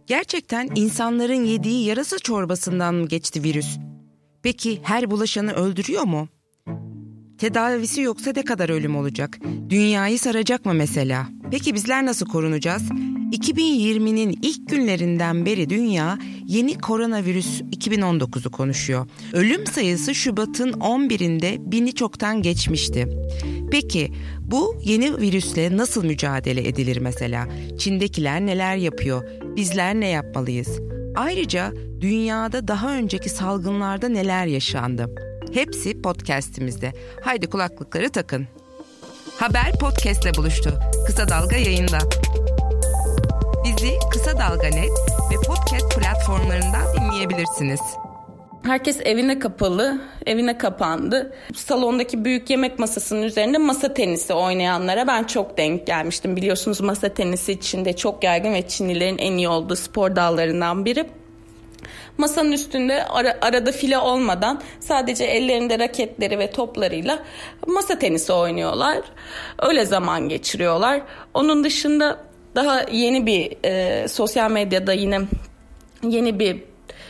Gerçekten insanların yediği yarasa çorbasından mı geçti virüs? Peki her bulaşanı öldürüyor mu? Tedavisi yoksa ne kadar ölüm olacak? Dünyayı saracak mı mesela? Peki bizler nasıl korunacağız? 2020'nin ilk günlerinden beri dünya yeni koronavirüs 2019'u konuşuyor. Ölüm sayısı Şubat'ın 11'inde 1000'i çoktan geçmişti. Peki bu yeni virüsle nasıl mücadele edilir mesela? Çin'dekiler neler yapıyor? Bizler ne yapmalıyız? Ayrıca dünyada daha önceki salgınlarda neler yaşandı? Hepsi podcast'imizde. Haydi kulaklıkları takın. Haber podcast'le buluştu. Kısa Dalga yayında. Bizi Kısa Dalga.net ve podcast platformlarından dinleyebilirsiniz. Herkes evine kapalı, evine kapandı. Salondaki büyük yemek masasının üzerinde masa tenisi oynayanlara ben çok denk gelmiştim. Biliyorsunuz masa tenisi Çin'de çok yaygın ve Çinlilerin en iyi olduğu spor dallarından biri. Masanın üstünde arada file olmadan sadece ellerinde raketleri ve toplarıyla masa tenisi oynuyorlar. Öyle zaman geçiriyorlar. Onun dışında daha yeni bir sosyal medyada yine yeni bir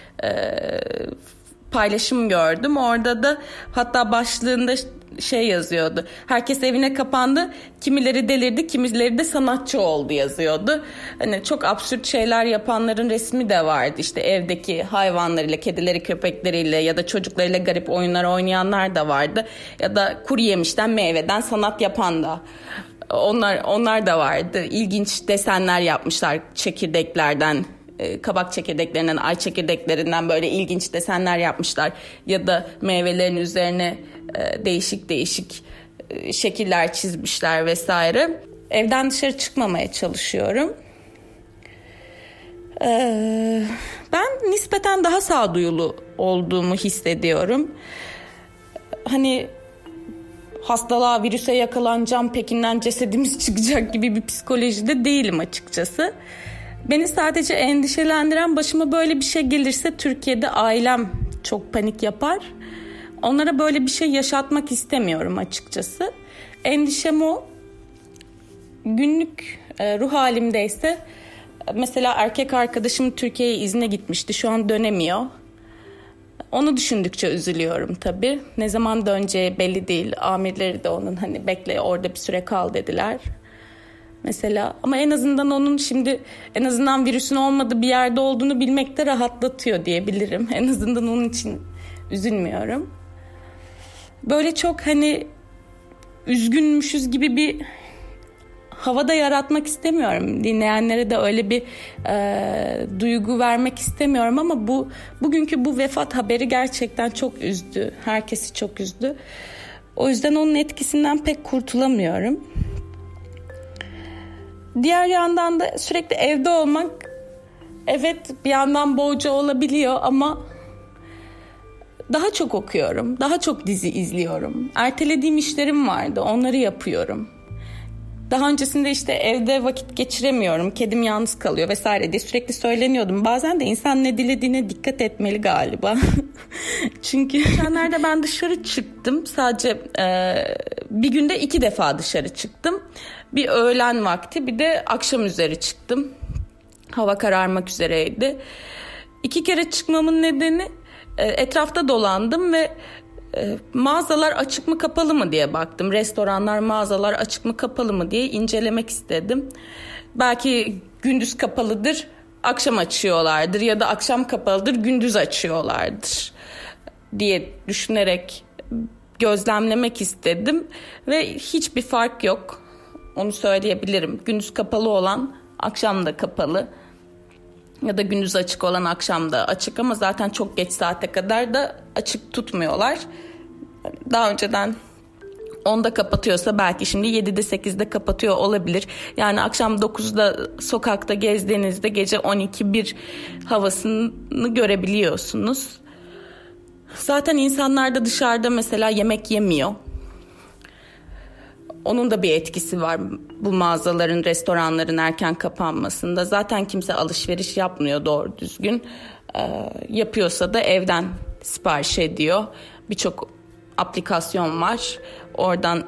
paylaşım gördüm. Orada da hatta başlığında şey yazıyordu. Herkes evine kapandı. Kimileri delirdi, kimileri de sanatçı oldu yazıyordu. Hani çok absürt şeyler yapanların resmi de vardı. İşte evdeki hayvanlarıyla, kedileri, köpekleriyle ya da çocuklarıyla garip oyunlar oynayanlar da vardı. Ya da kuru yemişten, meyveden sanat yapan da. Onlar da vardı. İlginç desenler yapmışlar çekirdeklerden. Kabak çekirdeklerinden, ay çekirdeklerinden böyle ilginç desenler yapmışlar. Ya da meyvelerin üzerine değişik şekiller çizmişler vesaire. Evden dışarı çıkmamaya çalışıyorum. Ben nispeten daha sağduyulu olduğumu hissediyorum. Hani hastalığa, virüse yakalanacağım, Pekin'den cesedimiz çıkacak gibi bir psikolojide değilim açıkçası. Beni sadece endişelendiren, başıma böyle bir şey gelirse Türkiye'de ailem çok panik yapar. Onlara böyle bir şey yaşatmak istemiyorum açıkçası. Endişem o. Günlük ruh halimdeyse mesela erkek arkadaşım Türkiye'ye izne gitmişti. Şu an dönemiyor. Onu düşündükçe üzülüyorum tabii. Ne zaman döneceği belli değil. Amirleri de onun hani bekle orada bir süre kal dediler. Mesela ama en azından onun şimdi en azından virüsün olmadığı bir yerde olduğunu bilmek de rahatlatıyor diyebilirim. En azından onun için üzülmüyorum. Böyle çok hani üzgünmüşüz gibi bir havada yaratmak istemiyorum. Dinleyenlere de öyle bir duygu vermek istemiyorum ama bugünkü bu vefat haberi gerçekten çok üzdü. Herkesi çok üzdü. O yüzden onun etkisinden pek kurtulamıyorum. Diğer yandan da sürekli evde olmak evet bir yandan boğucu olabiliyor ama daha çok okuyorum, daha çok dizi izliyorum. Ertelediğim işlerim vardı, onları yapıyorum. Daha öncesinde işte evde vakit geçiremiyorum, kedim yalnız kalıyor vesaire diye sürekli söyleniyordum. Bazen de insan ne dilediğine dikkat etmeli galiba. Çünkü geçenlerde ben dışarı çıktım. Sadece bir günde 2 defa dışarı çıktım. Bir öğlen vakti, bir de akşam üzeri çıktım. Hava kararmak üzereydi. 2 kere çıkmamın nedeni etrafta dolandım ve mağazalar açık mı kapalı mı diye baktım. Restoranlar, mağazalar açık mı kapalı mı diye incelemek istedim. Belki gündüz kapalıdır, akşam açıyorlardır ya da akşam kapalıdır, gündüz açıyorlardır diye düşünerek gözlemlemek istedim ve hiçbir fark yok. Onu söyleyebilirim. Gündüz kapalı olan akşam da kapalı. Ya da gündüz açık olan akşam da açık ama zaten çok geç saate kadar da açık tutmuyorlar. Daha önceden 10'da kapatıyorsa belki şimdi 7'de 8'de kapatıyor olabilir. Yani akşam 9'da sokakta gezdiğinizde gece 12-1 havasını görebiliyorsunuz. Zaten insanlar da dışarıda mesela yemek yemiyor. Onun da bir etkisi var bu mağazaların, restoranların erken kapanmasında. Zaten kimse alışveriş yapmıyor doğru düzgün. Yapıyorsa da evden sipariş ediyor. Birçok aplikasyon var. Oradan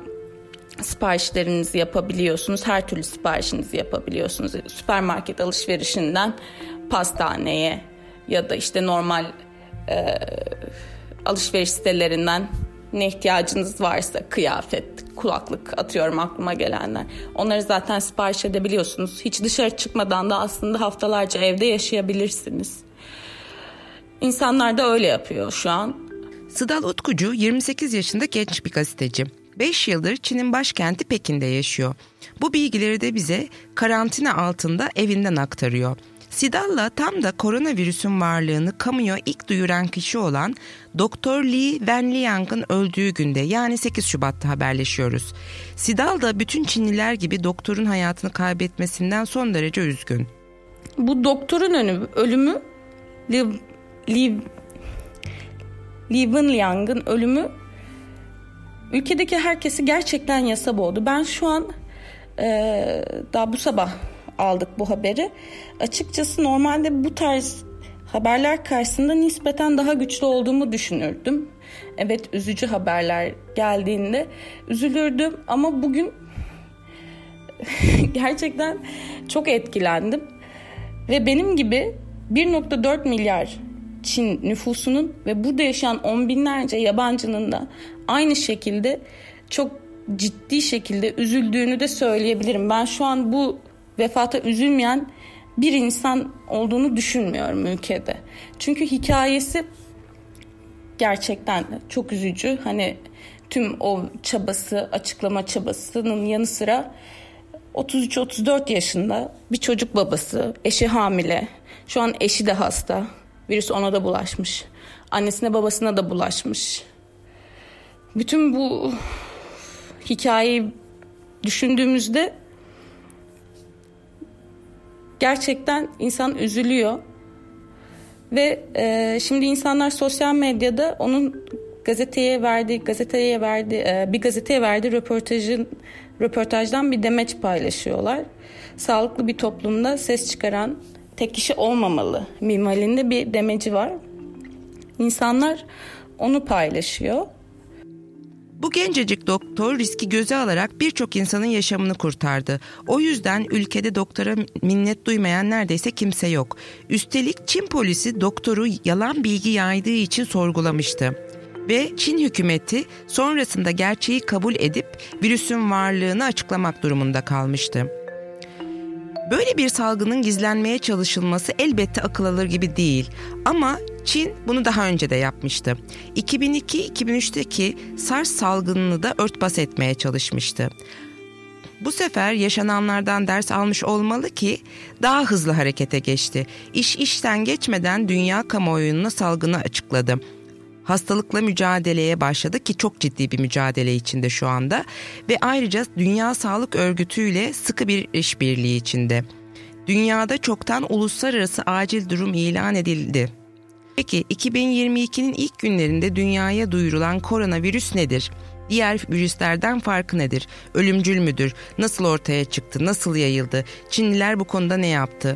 siparişlerinizi yapabiliyorsunuz. Her türlü siparişinizi yapabiliyorsunuz. Süpermarket alışverişinden pastaneye ya da işte normal alışveriş sitelerinden ne ihtiyacınız varsa, kıyafet, kulaklık, atıyorum aklıma gelenler, onları zaten sipariş edebiliyorsunuz. Hiç dışarı çıkmadan da aslında haftalarca evde yaşayabilirsiniz. İnsanlar da öyle yapıyor şu an. Sıdal Utkucu 28 yaşında genç bir gazeteci. 5 yıldır Çin'in başkenti Pekin'de yaşıyor. Bu bilgileri de bize karantina altında evinden aktarıyor. Sıdal'la tam da koronavirüsün varlığını kamuya ilk duyuran kişi olan Doktor Li Wenliang'ın öldüğü günde, yani 8 Şubat'ta haberleşiyoruz. Sıdal da bütün Çinliler gibi doktorun hayatını kaybetmesinden son derece üzgün. Bu doktorun ölümü Li Wenliang'ın ölümü ülkedeki herkesi gerçekten yasa boğdu. Ben şu an daha bu sabah aldık bu haberi. Açıkçası normalde bu tarz haberler karşısında nispeten daha güçlü olduğumu düşünürdüm. Evet, üzücü haberler geldiğinde üzülürdüm ama bugün gerçekten çok etkilendim. Ve benim gibi 1.4 milyar Çin nüfusunun ve burada yaşayan on binlerce yabancının da aynı şekilde çok ciddi şekilde üzüldüğünü de söyleyebilirim. Ben şu an bu vefata üzülmeyen bir insan olduğunu düşünmüyorum ülkede. Çünkü hikayesi gerçekten çok üzücü. Hani tüm o çabası, açıklama çabasının yanı sıra 33-34 yaşında bir çocuk babası, eşi hamile. Şu an eşi de hasta. Virüs ona da bulaşmış. Annesine, babasına da bulaşmış. Bütün bu hikayeyi düşündüğümüzde gerçekten insan üzülüyor. Ve şimdi insanlar sosyal medyada onun bir gazeteye verdiği röportajdan bir demeç paylaşıyorlar. Sağlıklı bir toplumda ses çıkaran tek kişi olmamalı minvalinde bir demeci var. İnsanlar onu paylaşıyor. Bu gencecik doktor riski göze alarak birçok insanın yaşamını kurtardı. O yüzden ülkede doktora minnet duymayan neredeyse kimse yok. Üstelik Çin polisi doktoru yalan bilgi yaydığı için sorgulamıştı. Ve Çin hükümeti sonrasında gerçeği kabul edip virüsün varlığını açıklamak durumunda kalmıştı. Böyle bir salgının gizlenmeye çalışılması elbette akıl alır gibi değil. Ama Çin bunu daha önce de yapmıştı. 2002-2003'teki SARS salgınını da örtbas etmeye çalışmıştı. Bu sefer yaşananlardan ders almış olmalı ki daha hızlı harekete geçti. İş işten geçmeden dünya kamuoyuna salgını açıkladı. Hastalıkla mücadeleye başladı ki çok ciddi bir mücadele içinde şu anda ve ayrıca Dünya Sağlık Örgütü ile sıkı bir işbirliği içinde. Dünyada çoktan uluslararası acil durum ilan edildi. Peki 2022'nin ilk günlerinde dünyaya duyurulan koronavirüs nedir? Diğer virüslerden farkı nedir? Ölümcül müdür? Nasıl ortaya çıktı? Nasıl yayıldı? Çinliler bu konuda ne yaptı?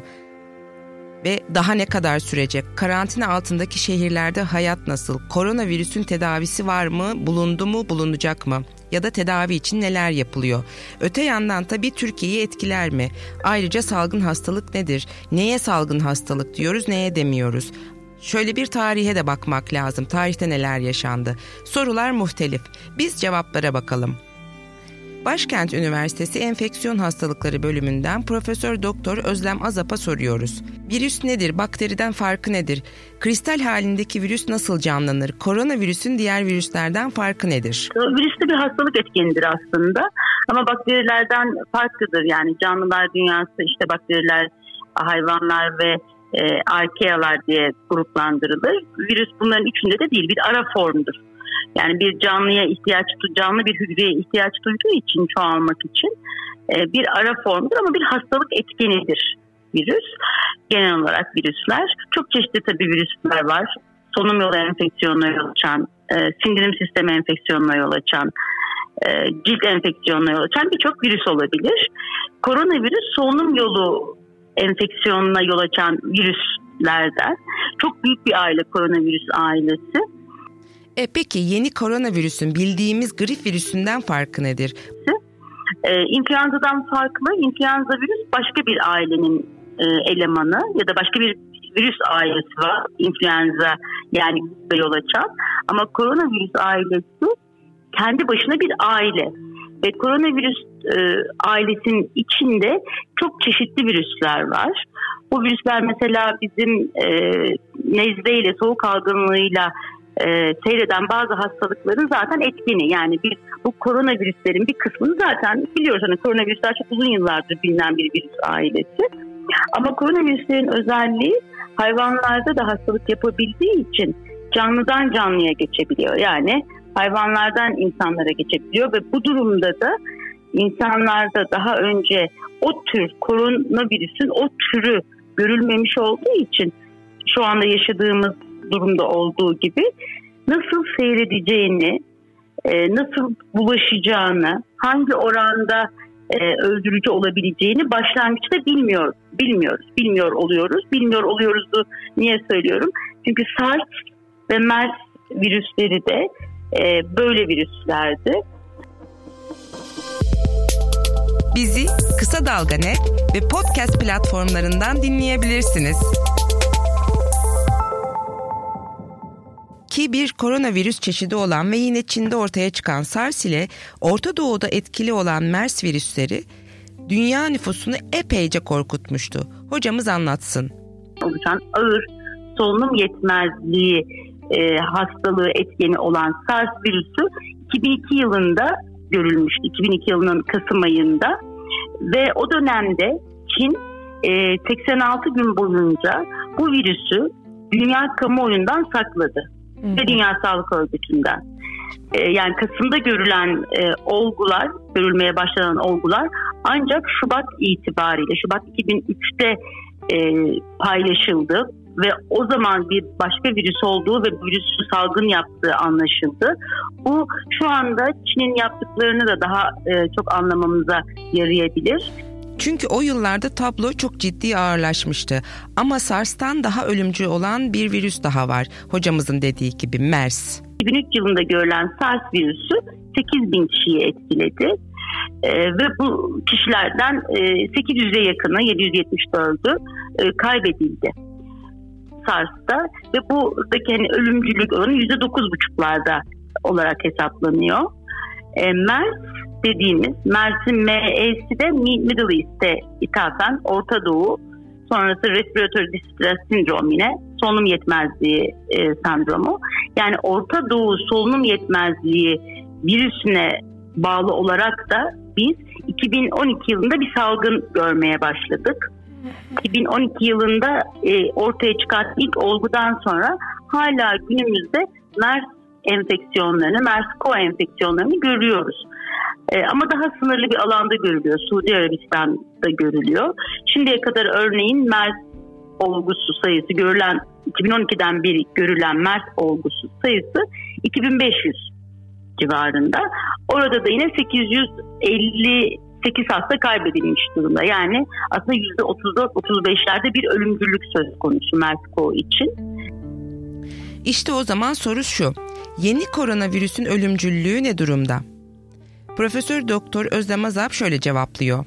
Ve daha ne kadar sürecek? Karantina altındaki şehirlerde hayat nasıl? Koronavirüsün tedavisi var mı? Bulundu mu? Bulunacak mı? Ya da tedavi için neler yapılıyor? Öte yandan tabii Türkiye'yi etkiler mi? Ayrıca salgın hastalık nedir? Neye salgın hastalık diyoruz, neye demiyoruz? Şöyle bir tarihe de bakmak lazım. Tarihte neler yaşandı? Sorular muhtelif. Biz cevaplara bakalım. Başkent Üniversitesi Enfeksiyon Hastalıkları bölümünden Profesör Doktor Özlem Azap'a soruyoruz. Virüs nedir? Bakteriden farkı nedir? Kristal halindeki virüs nasıl canlanır? Koronavirüsün diğer virüslerden farkı nedir? Virüs de bir hastalık etkenidir aslında. Ama bakterilerden farklıdır. Yani canlılar dünyası işte bakteriler, hayvanlar ve arkealar diye gruplandırılır. Virüs bunların üçünde de değil, bir ara formdur. Yani bir canlı bir hücreye ihtiyaç duyduğu için, çoğalmak için bir ara formdur ama bir hastalık etkenidir virüs. Genel olarak virüsler. Çok çeşitli tabii virüsler var. Solunum yolu enfeksiyonuna yol açan, sindirim sistemi enfeksiyonuna yol açan, cilt enfeksiyonuna yol açan birçok virüs olabilir. Koronavirüs solunum yolu enfeksiyonuna yol açan virüslerden. Çok büyük bir aile koronavirüs ailesi. Peki yeni koronavirüsün bildiğimiz grip virüsünden farkı nedir? İnfluenzadan farklı. İnfluenza virüs başka bir ailenin elemanı ya da başka bir virüs ailesi var. İnfluenza yani yol açan. Ama koronavirüs ailesi kendi başına bir aile. Ve koronavirüs ailesinin içinde çok çeşitli virüsler var. Bu virüsler mesela bizim nezleyle, soğuk algınlığıyla seyreden bazı hastalıkların zaten etkeni. Yani biz bu koronavirüslerin bir kısmını zaten biliyoruz. Hani koronavirüsler çok uzun yıllardır bilinen bir virüs ailesi. Ama koronavirüslerin özelliği hayvanlarda da hastalık yapabildiği için canlıdan canlıya geçebiliyor. Yani hayvanlardan insanlara geçebiliyor ve bu durumda da insanlarda daha önce o tür koronavirüsün o türü görülmemiş olduğu için şu anda yaşadığımız durumda olduğu gibi nasıl seyredeceğini, nasıl bulaşacağını, hangi oranda öldürücü olabileceğini başlangıçta bilmiyor oluyoruz. Bilmiyor oluyoruz'u niye söylüyorum? Çünkü SARS ve MERS virüsleri de böyle virüslerdi. Bizi Kısa Dalga Net ve podcast platformlarından dinleyebilirsiniz. Ki bir koronavirüs çeşidi olan ve yine Çin'de ortaya çıkan SARS ile Orta Doğu'da etkili olan MERS virüsleri dünya nüfusunu epeyce korkutmuştu. Hocamız anlatsın. Oluşan ağır solunum yetmezliği hastalığı etkeni olan SARS virüsü 2002 yılında görülmüştü. 2002 yılının Kasım ayında ve o dönemde Çin 86 gün boyunca bu virüsü dünya kamuoyundan sakladı. Ve Dünya Sağlık Örgütü'nden. Yani Kasım'da olgular, görülmeye başlanan olgular ancak Şubat itibariyle, Şubat 2003'te paylaşıldı ve o zaman bir başka virüs olduğu ve virüsün salgın yaptığı anlaşıldı. Bu şu anda Çin'in yaptıklarını da daha çok anlamamıza yarayabilir. Çünkü o yıllarda tablo çok ciddi ağırlaşmıştı. Ama SARS'tan daha ölümcül olan bir virüs daha var. Hocamızın dediği gibi MERS. 2003 yılında görülen SARS virüsü 8.000 kişiyi etkiledi. Ve bu kişilerden 800'e yakını, 774'ü kaybedildi SARS'ta. Ve buradaki ölümcülük oranı %9,5'larda olarak hesaplanıyor. MERS dediğimiz, MERS'in ME'si de Middle East'e ithafen Orta Doğu, sonrası Respiratory Distress Syndrome, yine solunum yetmezliği sendromu. Yani Orta Doğu solunum yetmezliği virüsüne bağlı olarak da biz 2012 yılında bir salgın görmeye başladık. 2012 yılında ortaya çıkan ilk olgudan sonra hala günümüzde MERS enfeksiyonlarını, MERS-CoV enfeksiyonlarını görüyoruz. Ama daha sınırlı bir alanda görülüyor. Suudi Arabistan'da görülüyor. Şimdiye kadar örneğin MERS olgusu sayısı görülen, 2012'den beri görülen MERS olgusu sayısı 2500 civarında. Orada da yine 858 hasta kaybedilmiş durumda. Yani aslında %34-35'lerde bir ölümcülük söz konusu MERS-CoV için. İşte o zaman soru şu. Yeni koronavirüsün ölümcüllüğü ne durumda? Profesör Doktor Özlem Azap şöyle cevaplıyor.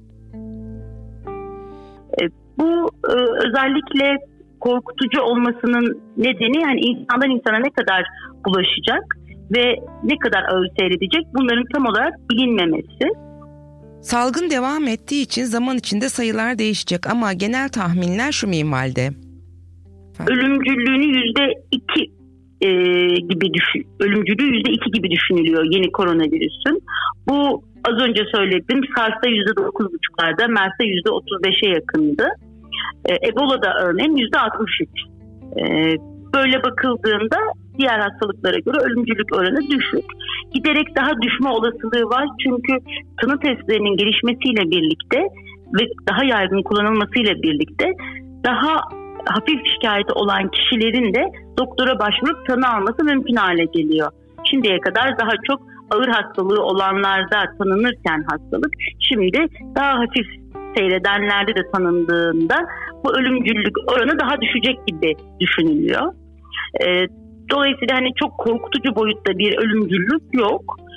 Bu özellikle korkutucu olmasının nedeni yani insandan insana ne kadar bulaşacak ve ne kadar ağır seyredecek, bunların tam olarak bilinmemesi. Salgın devam ettiği için zaman içinde sayılar değişecek ama genel tahminler şu minvalde. Ölümcüllüğünü %2 gibi ölümcülüğü %2 gibi düşünülüyor yeni koronavirüsün. Bu az önce söylediğim SARS'ta %9,5'larda, MERS'te %35'e yakındı. Ebola'da örneğin %63. Böyle bakıldığında diğer hastalıklara göre ölümcülük oranı düşük. Giderek daha düşme olasılığı var çünkü tanı testlerinin gelişmesiyle birlikte ve daha yaygın kullanılmasıyla birlikte daha hafif şikayeti olan kişilerin de doktora başvurup tanı alması mümkün hale geliyor. Şimdiye kadar daha çok ağır hastalığı olanlarda tanınırken hastalık, şimdi daha hafif seyredenlerde de tanındığında bu ölümcüllük oranı daha düşecek gibi düşünülüyor. Dolayısıyla çok korkutucu boyutta bir ölümcüllük yok.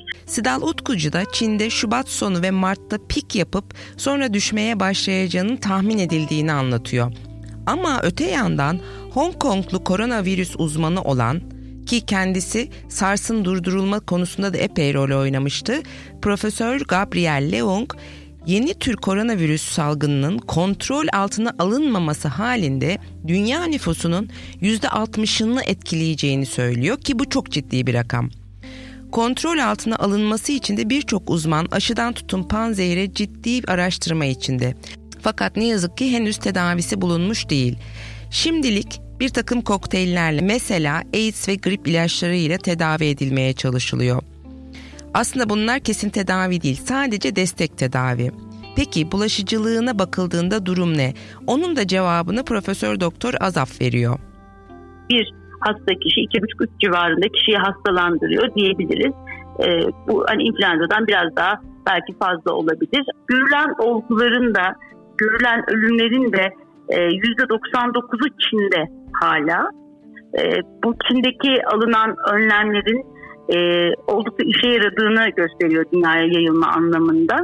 Sidal Utkucu da Çin'de Şubat sonu ve Mart'ta pik yapıp sonra düşmeye başlayacağının tahmin edildiğini anlatıyor. Ama öte yandan Hong Konglu koronavirüs uzmanı olan, ki kendisi SARS'ın durdurulma konusunda da epey rol oynamıştı, Profesör Gabriel Leung, yeni tür koronavirüs salgınının kontrol altına alınmaması halinde dünya nüfusunun %60'ını etkileyeceğini söylüyor ki bu çok ciddi bir rakam. Kontrol altına alınması için de birçok uzman aşıdan tutun panzehire ciddi araştırma içinde. Fakat ne yazık ki henüz tedavisi bulunmuş değil. Şimdilik bir takım kokteyllerle, mesela AIDS ve grip ilaçlarıyla tedavi edilmeye çalışılıyor. Aslında bunlar kesin tedavi değil, sadece destek tedavi. Peki bulaşıcılığına bakıldığında durum ne? Onun da cevabını Profesör Doktor Azap veriyor. Bir hasta kişi 2,5-3 civarında kişiyi hastalandırıyor diyebiliriz. Bu hani influenzadan biraz daha belki fazla olabilir. Görülen olguların da, görülen ölümlerin de %99'u Çin'de hala. Bu Çin'deki alınan önlemlerin oldukça işe yaradığını gösteriyor dünyaya yayılma anlamında.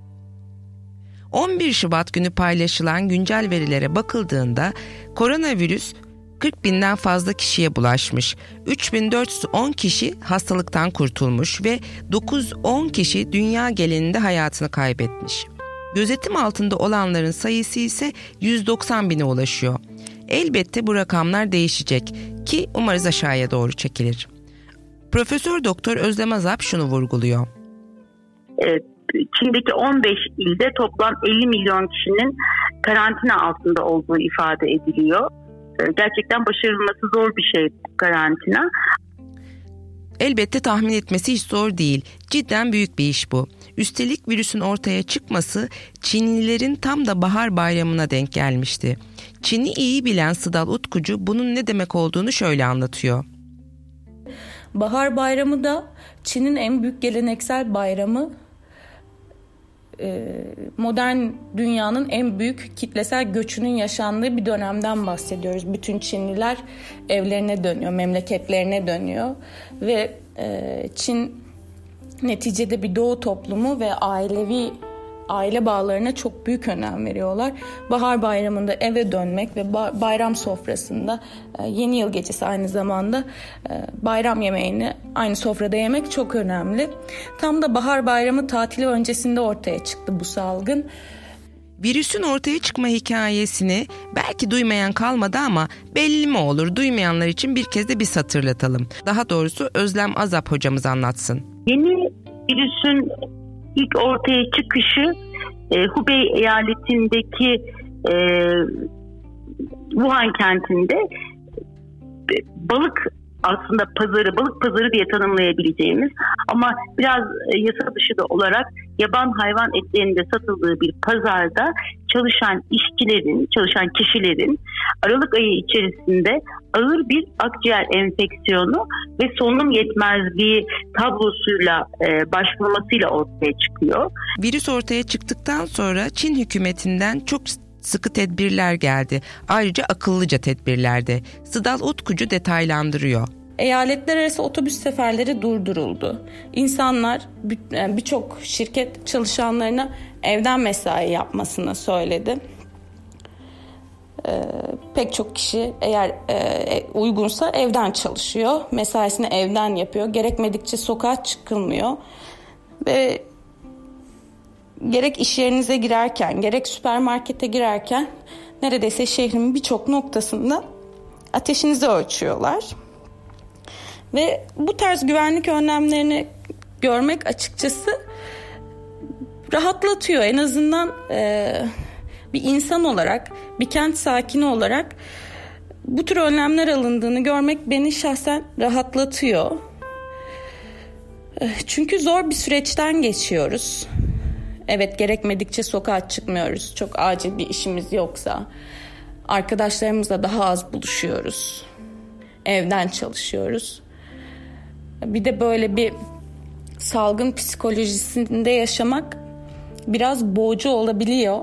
11 Şubat günü paylaşılan güncel verilere bakıldığında koronavirüs 40 binden fazla kişiye bulaşmış. 3410 kişi hastalıktan kurtulmuş ve 910 kişi dünya genelinde hayatını kaybetmiş. Gözetim altında olanların sayısı ise 190 bine ulaşıyor. Elbette bu rakamlar değişecek ki umarız aşağıya doğru çekilir. Profesör Doktor Özlem Azap şunu vurguluyor. Çin'deki 15 ilde toplam 50 milyon kişinin karantina altında olduğu ifade ediliyor. Gerçekten başarılması zor bir şey karantina. Elbette tahmin etmesi hiç zor değil. Cidden büyük bir iş bu. Üstelik virüsün ortaya çıkması Çinlilerin tam da bahar bayramına denk gelmişti. Çin'i iyi bilen Sidal Utkucu bunun ne demek olduğunu şöyle anlatıyor. Bahar bayramı da Çin'in en büyük geleneksel bayramı. Modern dünyanın en büyük kitlesel göçünün yaşandığı bir dönemden bahsediyoruz. Bütün Çinliler evlerine dönüyor, memleketlerine dönüyor ve Çin neticede bir doğu toplumu ve aile bağlarına çok büyük önem veriyorlar. Bahar bayramında eve dönmek ve bayram sofrasında yeni yıl gecesi aynı zamanda bayram yemeğini aynı sofrada yemek çok önemli. Tam da bahar bayramı tatili öncesinde ortaya çıktı bu salgın. Virüsün ortaya çıkma hikayesini belki duymayan kalmadı ama belli mi olur, duymayanlar için bir kez de biz hatırlatalım. Daha doğrusu Özlem Azap hocamız anlatsın. Yeni virüsün İlk ortaya çıkışı Hubei eyaletindeki Wuhan kentinde balık pazarı diye tanımlayabileceğimiz ama biraz yasa dışı da olarak yaban hayvan etlerinin de satıldığı bir pazarda çalışan kişilerin Aralık ayı içerisinde ağır bir akciğer enfeksiyonu ve solunum yetmezliği tablosuyla başvurmasıyla ortaya çıkıyor. Virüs ortaya çıktıktan sonra Çin hükümetinden çok sıkı tedbirler geldi. Ayrıca akıllıca tedbirler de. Sidal Utkucu detaylandırıyor. Eyaletler arası otobüs seferleri durduruldu. İnsanlar, birçok şirket çalışanlarına evden mesai yapmasını söyledi. Pek çok kişi eğer uygunsa evden çalışıyor. Mesaisini evden yapıyor. Gerekmedikçe sokağa çıkılmıyor. Ve gerek iş yerinize girerken, gerek süpermarkete girerken neredeyse şehrin birçok noktasında ateşinizi ölçüyorlar. Ve bu tarz güvenlik önlemlerini görmek açıkçası rahatlatıyor. En azından bir insan olarak, bir kent sakini olarak bu tür önlemler alındığını görmek beni şahsen rahatlatıyor. Çünkü zor bir süreçten geçiyoruz. Evet, gerekmedikçe sokağa çıkmıyoruz. Çok acil bir işimiz yoksa. Arkadaşlarımızla daha az buluşuyoruz. Evden çalışıyoruz. Bir de böyle bir salgın psikolojisinde yaşamak biraz boğucu olabiliyor.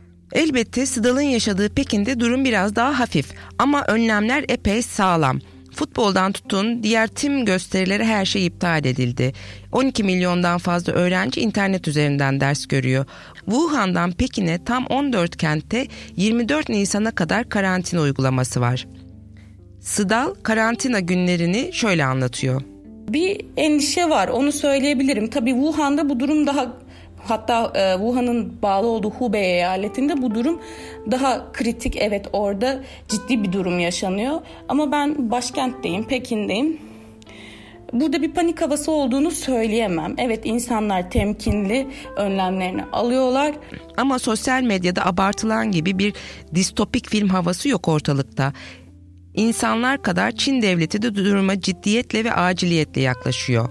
Elbette Sidal'ın yaşadığı Pekin'de durum biraz daha hafif ama önlemler epey sağlam. Futboldan tutun diğer tüm gösterileri her şey iptal edildi. 12 milyondan fazla öğrenci internet üzerinden ders görüyor. Wuhan'dan Pekin'e tam 14 kentte 24 Nisan'a kadar karantina uygulaması var. Sıdal karantina günlerini şöyle anlatıyor. Bir endişe var, onu söyleyebilirim. Tabii Wuhan'da bu durum daha, hatta Wuhan'ın bağlı olduğu Hubei eyaletinde bu durum daha kritik. Evet, orada ciddi bir durum yaşanıyor. Ama ben başkentteyim, Pekin'deyim. Burada bir panik havası olduğunu söyleyemem. Evet, insanlar temkinli, önlemlerini alıyorlar. Ama sosyal medyada abartılan gibi bir distopik film havası yok ortalıkta. İnsanlar kadar Çin devleti de duruma ciddiyetle ve aciliyetle yaklaşıyor.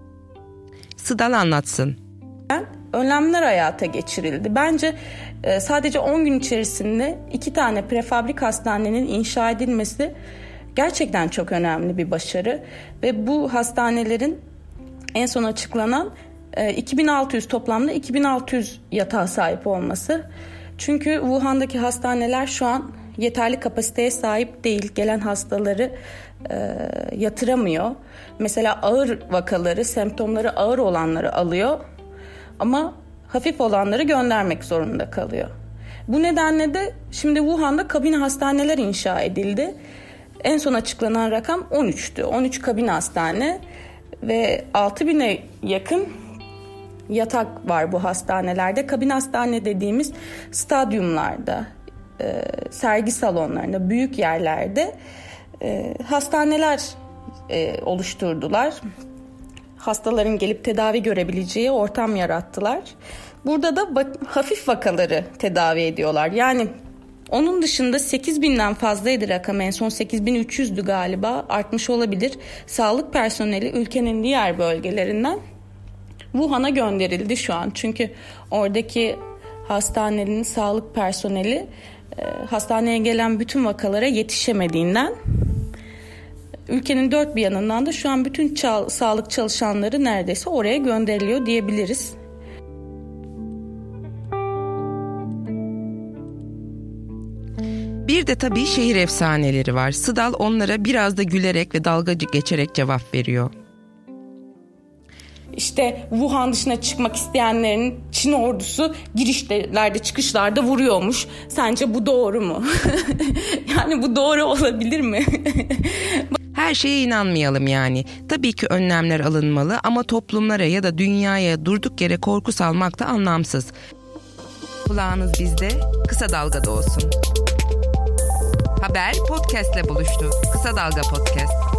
Sıdal anlatsın. Önlemler hayata geçirildi. Bence sadece 10 gün içerisinde 2 tane prefabrik hastanenin inşa edilmesi gerçekten çok önemli bir başarı. Ve bu hastanelerin en son açıklanan 2600 toplamda 2600 yatağa sahip olması. Çünkü Wuhan'daki hastaneler şu an yeterli kapasiteye sahip değil. Gelen hastaları yatıramıyor. Mesela ağır vakaları, semptomları ağır olanları alıyor. Ama hafif olanları göndermek zorunda kalıyor. Bu nedenle de şimdi Wuhan'da kabin hastaneler inşa edildi. En son açıklanan rakam 13'tü. 13 kabin hastane ve 6000'e yakın yatak var bu hastanelerde. Kabin hastane dediğimiz stadyumlarda, sergi salonlarında, büyük yerlerde hastaneler oluşturdular. Hastaların gelip tedavi görebileceği ortam yarattılar. Burada da hafif vakaları tedavi ediyorlar. Yani onun dışında 8.000'den fazlaydı rakam, en son 8.300'dü galiba, artmış olabilir. Sağlık personeli ülkenin diğer bölgelerinden Wuhan'a gönderildi şu an. Çünkü oradaki hastanenin sağlık personeli hastaneye gelen bütün vakalara yetişemediğinden ülkenin dört bir yanından da şu an bütün sağlık çalışanları neredeyse oraya gönderiliyor diyebiliriz. Bir de tabii şehir efsaneleri var. Sıdal onlara biraz da gülerek ve dalga geçerek cevap veriyor. İşte Wuhan dışına çıkmak isteyenlerin Çin ordusu girişlerde çıkışlarda vuruyormuş. Sence bu doğru mu? Yani bu doğru olabilir mi? Her şeye inanmayalım yani. Tabii ki önlemler alınmalı ama toplumlara ya da dünyaya durduk yere korku salmak da anlamsız. Kulağınız bizde, Kısa Dalga'da olsun. Haber podcast'le buluştu. Kısa Dalga Podcast.